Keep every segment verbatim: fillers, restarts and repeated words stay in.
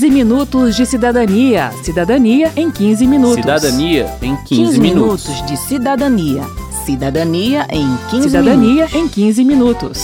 quinze minutos de cidadania. Cidadania em quinze minutos. Cidadania em quinze, quinze minutos. minutos de cidadania. Cidadania em quinze Cidadania minutos. em quinze minutos.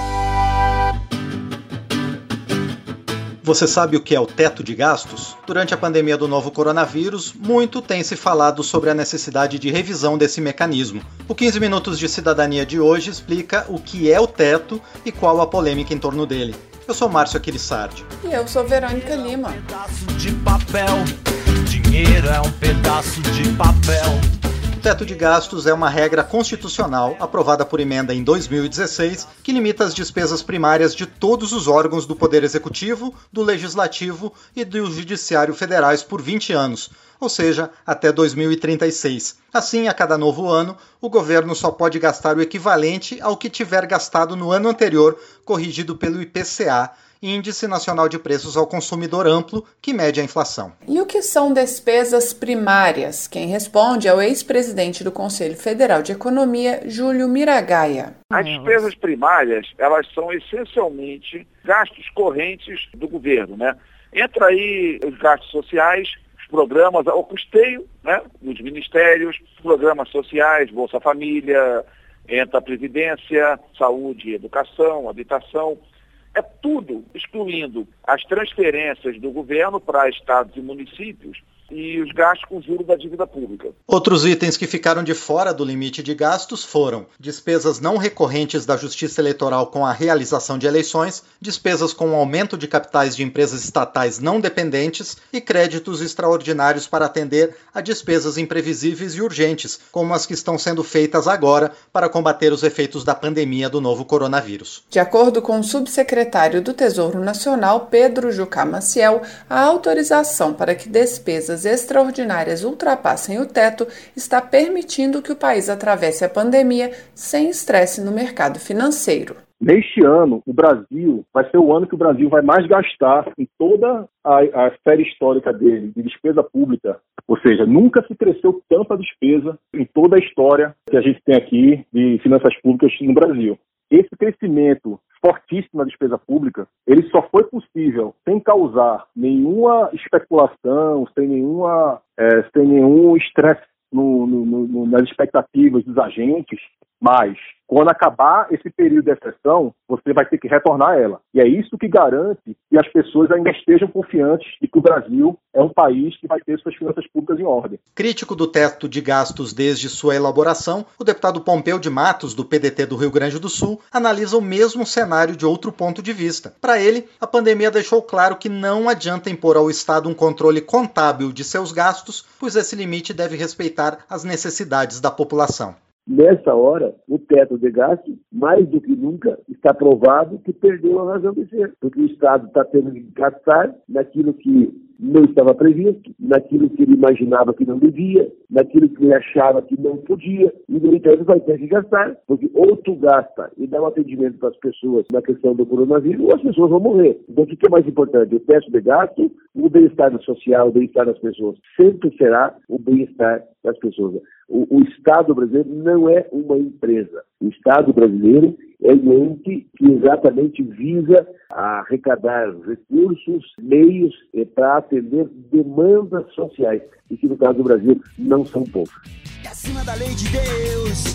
Você sabe o que é o teto de gastos? Durante a pandemia do novo coronavírus, muito tem se falado sobre a necessidade de revisão desse mecanismo. O quinze minutos de cidadania de hoje explica o que é o teto e qual a polêmica em torno dele. Eu sou Márcio Aquilissardi. E eu sou Verônica Lima. Um pedaço de papel, dinheiro é um pedaço de papel. O teto de gastos é uma regra constitucional aprovada por emenda em dois mil e dezesseis que limita as despesas primárias de todos os órgãos do Poder Executivo, do Legislativo e do Judiciário federais por vinte anos, ou seja, até dois mil e trinta e seis. Assim, a cada novo ano, o governo só pode gastar o equivalente ao que tiver gastado no ano anterior, corrigido pelo I P C A, Índice Nacional de Preços ao Consumidor Amplo, que mede a inflação. E o que são despesas primárias? Quem responde é o ex-presidente do Conselho Federal de Economia, Júlio Miragaia. As despesas primárias, elas são essencialmente gastos correntes do governo, né? Entra aí os gastos sociais, os programas, o custeio, né, dos ministérios, programas sociais, Bolsa Família, entra a Previdência, Saúde, Educação, Habitação. É tudo excluindo as transferências do governo para estados e municípios e os gastos com juros da dívida pública. Outros itens que ficaram de fora do limite de gastos foram despesas não recorrentes da Justiça Eleitoral com a realização de eleições, despesas com o aumento de capitais de empresas estatais não dependentes e créditos extraordinários para atender a despesas imprevisíveis e urgentes, como as que estão sendo feitas agora para combater os efeitos da pandemia do novo coronavírus. De acordo com o subsecretário do Tesouro Nacional, Pedro Jucá Maciel, a autorização para que despesas extraordinárias ultrapassem o teto está permitindo que o país atravesse a pandemia sem estresse no mercado financeiro. Neste ano, o Brasil vai ser o ano que o Brasil vai mais gastar em toda a, a esfera histórica dele, de despesa pública. Ou seja, nunca se cresceu tanta despesa em toda a história que a gente tem aqui de finanças públicas no Brasil. Esse crescimento fortíssimo na despesa pública, ele só foi possível sem causar nenhuma especulação, sem, nenhuma, é, sem nenhum estresse no, no, no, nas expectativas dos agentes, mas quando acabar esse período de exceção, você vai ter que retornar a ela. E é isso que garante que as pessoas ainda estejam confiantes de que o Brasil é um país que vai ter suas finanças públicas em ordem. Crítico do teto de gastos desde sua elaboração, o deputado Pompeu de Matos, do P D T do Rio Grande do Sul, analisa o mesmo cenário de outro ponto de vista. Para ele, a pandemia deixou claro que não adianta impor ao Estado um controle contábil de seus gastos, pois esse limite deve respeitar as necessidades da população. Nessa hora, o teto de gastos, mais do que nunca, está provado que perdeu a razão de ser. Porque o Estado está tendo que gastar naquilo que não estava previsto, naquilo que ele imaginava que não devia, naquilo que ele achava que não podia, e no entanto vai ter que gastar, porque ou tu gasta e dá um atendimento para as pessoas na questão do coronavírus, ou as pessoas vão morrer. Então o que é mais importante? O teto de gasto, o bem-estar social, o bem-estar das pessoas, sempre será o bem-estar das pessoas. O, o Estado brasileiro não é uma empresa. O Estado brasileiro é um ente que exatamente visa arrecadar recursos, meios para atender demandas sociais, e que no caso do Brasil não são poucas. E acima da lei de Deus,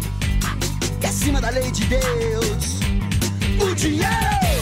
e acima da lei de Deus, o dinheiro,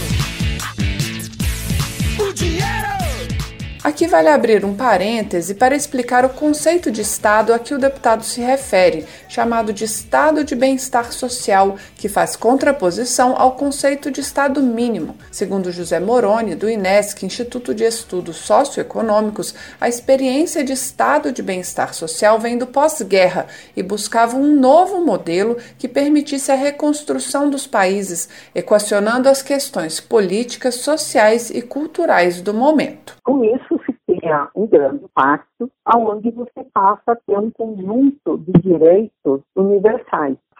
o dinheiro. Aqui vale abrir um parêntese para explicar o conceito de Estado a que o deputado se refere, chamado de Estado de Bem-Estar Social, que faz contraposição ao conceito de Estado mínimo. Segundo José Moroni, do INESC, Instituto de Estudos Socioeconômicos, a experiência de Estado de Bem-Estar Social vem do pós-guerra e buscava um novo modelo que permitisse a reconstrução dos países, equacionando as questões políticas, sociais e culturais do momento. Com isso, se tenha um grande pacto, onde você passa a ter um conjunto de direitos universais.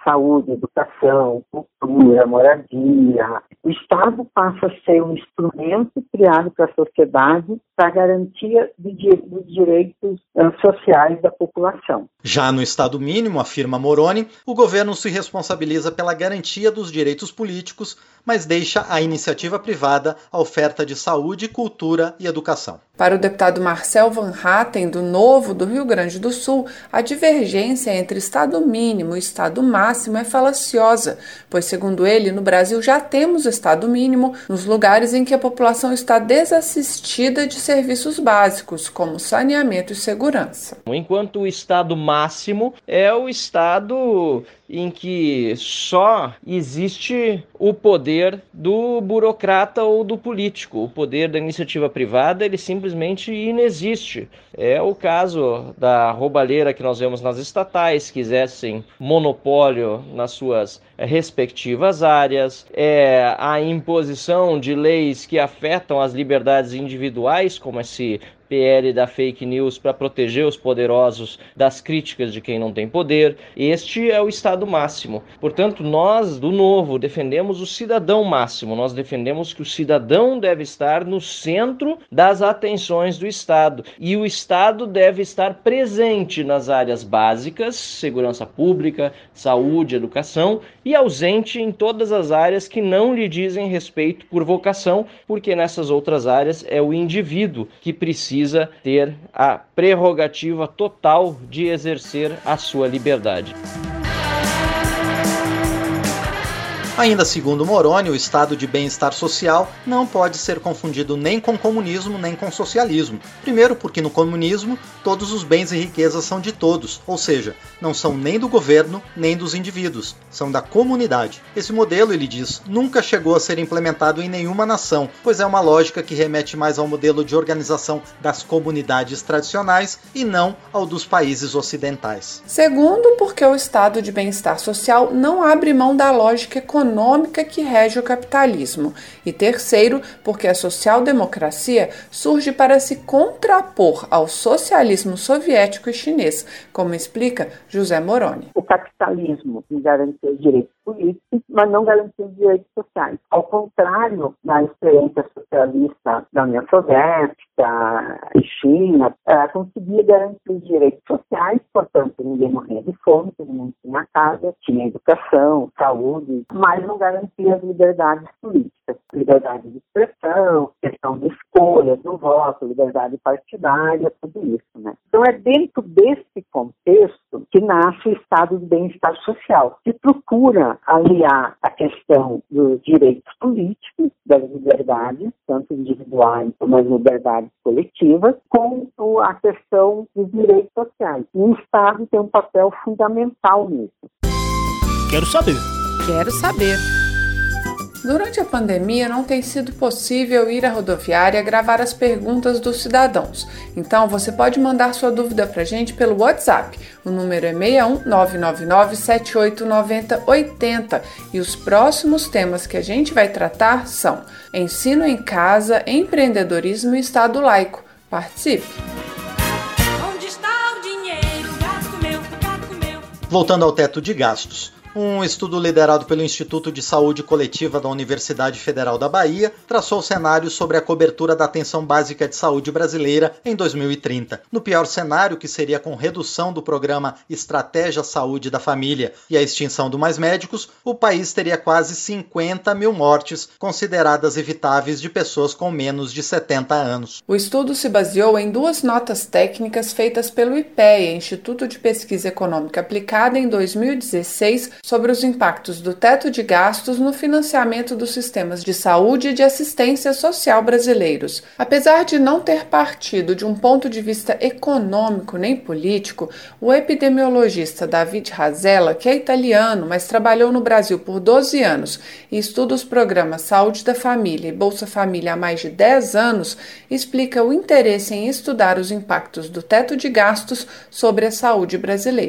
saúde, educação, cultura, moradia. O Estado passa a ser um instrumento criado para a sociedade para a garantia dos direitos sociais da população. Já no Estado mínimo, afirma Moroni, o governo se responsabiliza pela garantia dos direitos políticos, mas deixa à iniciativa privada a oferta de saúde, cultura e educação. Para o deputado Marcel Van Hatten, do Novo do Rio Grande do Sul, a divergência entre Estado mínimo e Estado máximo é falaciosa, pois, segundo ele, no Brasil já temos Estado mínimo nos lugares em que a população está desassistida de serviços básicos, como saneamento e segurança. Enquanto o Estado máximo é o Estado em que só existe o poder do burocrata ou do político. O poder da iniciativa privada, ele simplesmente inexiste. É o caso da roubalheira que nós vemos nas estatais, que exercem monopólio nas suas respectivas áreas, é a imposição de leis que afetam as liberdades individuais, como esse P L da fake news para proteger os poderosos das críticas de quem não tem poder. Este é o Estado máximo. Portanto, nós, do Novo, defendemos o cidadão máximo. Nós defendemos que o cidadão deve estar no centro das atenções do Estado. E o Estado deve estar presente nas áreas básicas, segurança pública, saúde, educação, e ausente em todas as áreas que não lhe dizem respeito por vocação, porque nessas outras áreas é o indivíduo que precisa precisa ter a prerrogativa total de exercer a sua liberdade. Ainda segundo Moroni, o estado de bem-estar social não pode ser confundido nem com comunismo nem com socialismo. Primeiro porque no comunismo todos os bens e riquezas são de todos, ou seja, não são nem do governo nem dos indivíduos, são da comunidade. Esse modelo, ele diz, nunca chegou a ser implementado em nenhuma nação, pois é uma lógica que remete mais ao modelo de organização das comunidades tradicionais e não ao dos países ocidentais. Segundo, porque o estado de bem-estar social não abre mão da lógica econômica econômica que rege o capitalismo. E terceiro, porque a social-democracia surge para se contrapor ao socialismo soviético e chinês, como explica José Moroni. O capitalismo garante os direitos políticos, mas não garante os direitos sociais. Ao contrário da experiência socialista da União Soviética e China, ela conseguia garantir os direitos sociais, portanto, ninguém morria de fome, todo mundo tinha casa, tinha educação, saúde, mas não garantia as liberdades políticas, liberdade de expressão, questão de escolha, do voto, liberdade partidária, tudo isso, né? Então é dentro desse contexto que nasce o estado de bem-estar social, que procura aliar a questão dos direitos políticos, das liberdades, tanto individuais como as liberdades coletivas, com a questão dos direitos sociais. E o Estado tem um papel fundamental nisso. Quero saber. Quero saber. Durante a pandemia, não tem sido possível ir à rodoviária gravar as perguntas dos cidadãos. Então, você pode mandar sua dúvida para a gente pelo WhatsApp. O número é seis um nove nove nove sete oito nove zero oito zero. E os próximos temas que a gente vai tratar são ensino em casa, empreendedorismo e Estado laico. Participe! Onde está o dinheiro? Gasto meu, gasto meu. Voltando ao teto de gastos. Um estudo liderado pelo Instituto de Saúde Coletiva da Universidade Federal da Bahia traçou cenários sobre a cobertura da atenção básica de saúde brasileira em dois mil e trinta. No pior cenário, que seria com redução do programa Estratégia Saúde da Família e a extinção do Mais Médicos, o país teria quase cinquenta mil mortes consideradas evitáveis de pessoas com menos de setenta anos. O estudo se baseou em duas notas técnicas feitas pelo I P E A, Instituto de Pesquisa Econômica Aplicada, em dois mil e dezesseis, sobre os impactos do teto de gastos no financiamento dos sistemas de saúde e de assistência social brasileiros. Apesar de não ter partido de um ponto de vista econômico nem político, o epidemiologista David Razzella, que é italiano, mas trabalhou no Brasil por doze anos e estuda os programas Saúde da Família e Bolsa Família há mais de dez anos, explica o interesse em estudar os impactos do teto de gastos sobre a saúde brasileira.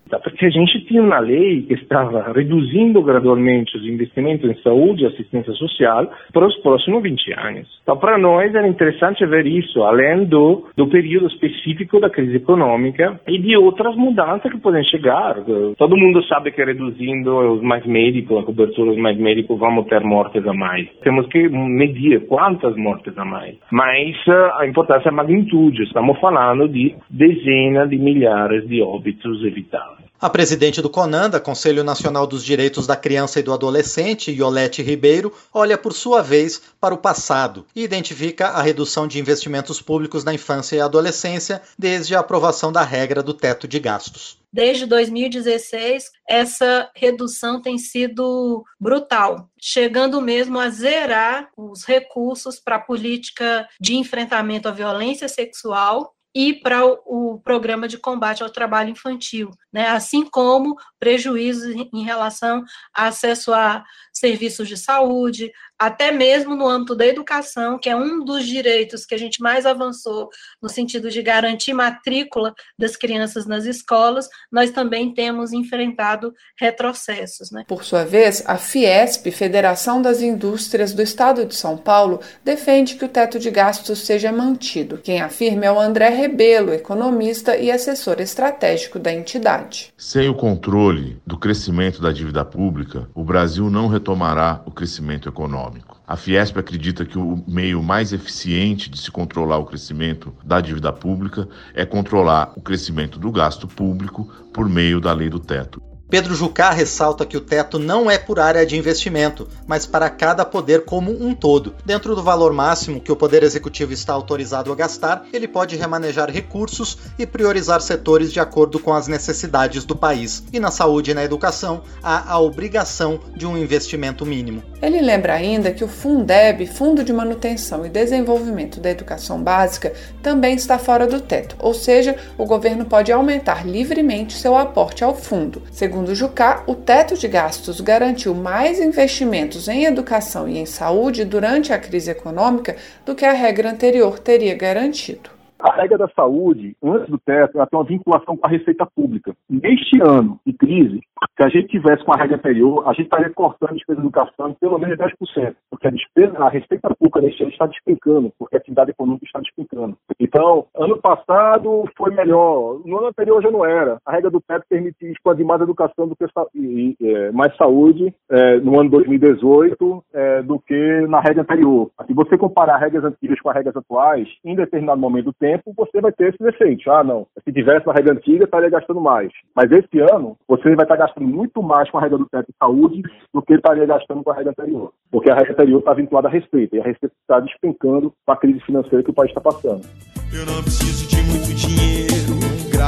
Porque a gente tinha uma lei que estava reduzindo gradualmente os investimentos em saúde e assistência social para os próximos vinte anos. Então, para nós era interessante ver isso, além do, do período específico da crise econômica e de outras mudanças que podem chegar. Todo mundo sabe que reduzindo os mais médicos, a cobertura dos mais médicos, vamos ter mortes a mais. Temos que medir quantas mortes a mais. Mas a importância é a magnitude. Estamos falando de dezenas de milhares de óbitos evitados. A presidente do CONANDA, Conselho Nacional dos Direitos da Criança e do Adolescente, Iolete Ribeiro, olha por sua vez para o passado e identifica a redução de investimentos públicos na infância e adolescência desde a aprovação da regra do teto de gastos. Desde dois mil e dezesseis, essa redução tem sido brutal, chegando mesmo a zerar os recursos para a política de enfrentamento à violência sexual e para o, o programa de combate ao trabalho infantil, né? Assim como prejuízos em relação a acesso a serviços de saúde, até mesmo no âmbito da educação, que é um dos direitos que a gente mais avançou no sentido de garantir matrícula das crianças nas escolas, nós também temos enfrentado retrocessos, né? Por sua vez, a Fiesp, Federação das Indústrias do Estado de São Paulo, defende que o teto de gastos seja mantido. Quem afirma é o André Rebelo, economista e assessor estratégico da entidade. Sem o controle do crescimento da dívida pública, o Brasil não retomará o crescimento econômico. A Fiesp acredita que o meio mais eficiente de se controlar o crescimento da dívida pública é controlar o crescimento do gasto público por meio da lei do teto. Pedro Jucá ressalta que o teto não é por área de investimento, mas para cada poder como um todo. Dentro do valor máximo que o Poder Executivo está autorizado a gastar, ele pode remanejar recursos e priorizar setores de acordo com as necessidades do país. E na saúde e na educação, há a obrigação de um investimento mínimo. Ele lembra ainda que o Fundeb, Fundo de Manutenção e Desenvolvimento da Educação Básica, também está fora do teto, ou seja, o governo pode aumentar livremente seu aporte ao fundo. Segundo Segundo Jucá, o teto de gastos garantiu mais investimentos em educação e em saúde durante a crise econômica do que a regra anterior teria garantido. A regra da saúde, antes do teto, ela tem uma vinculação com a receita pública. Neste ano de crise, se a gente tivesse com a regra anterior, a gente estaria cortando a despesa de educação em pelo menos dez por cento, porque a, despesa, a receita pública neste ano está despencando, porque a atividade econômica está despencando. Então, ano passado foi melhor, no ano anterior já não era. A regra do teto permitia expandir mais educação do que e, e, mais saúde é, no ano dois mil e dezoito é, do que na regra anterior. Se você comparar regras antigas com as regras atuais, em determinado momento do tempo, você vai ter esse efeito. Ah, não, se tivesse na regra antiga, estaria gastando mais. Mas esse ano, você vai estar gastando muito mais com a regra do teto de saúde do que estaria gastando com a regra anterior. Porque a regra anterior está vinculada à receita, e a receita está despencando com a crise financeira que o país está passando. Eu não preciso de muito dinheiro,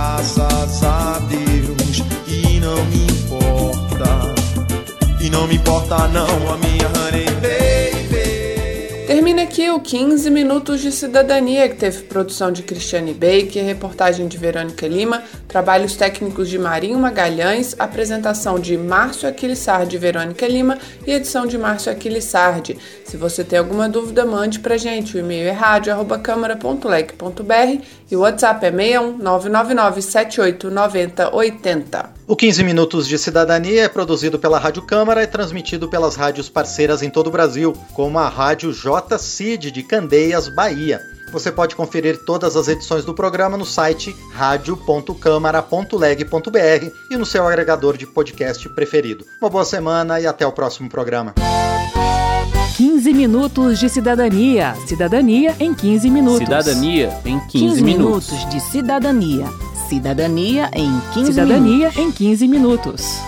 graças a Deus, e não me importa, e não me importa não a minha honey baby. Termina aqui o quinze Minutos de Cidadania, que teve produção de Cristiane Baker, reportagem de Verônica Lima, trabalhos técnicos de Marinho Magalhães, apresentação de Márcio Aquilissardi e Verônica Lima e edição de Márcio Aquilissardi. Se você tem alguma dúvida, mande pra gente. O e-mail é rádio arroba câmara ponto leg ponto br e o WhatsApp é seis um nove nove nove sete oito nove zero oito zero. O quinze Minutos de Cidadania é produzido pela Rádio Câmara e transmitido pelas rádios parceiras em todo o Brasil, como a Rádio J C I D de Candeias, Bahia. Você pode conferir todas as edições do programa no site rádio ponto câmara ponto leg ponto br e no seu agregador de podcast preferido. Uma boa semana e até o próximo programa. quinze Minutos de Cidadania. Cidadania em quinze minutos. Cidadania em quinze, quinze minutos. minutos de cidadania. Cidadania em quinze Cidadania minutos. em quinze minutos.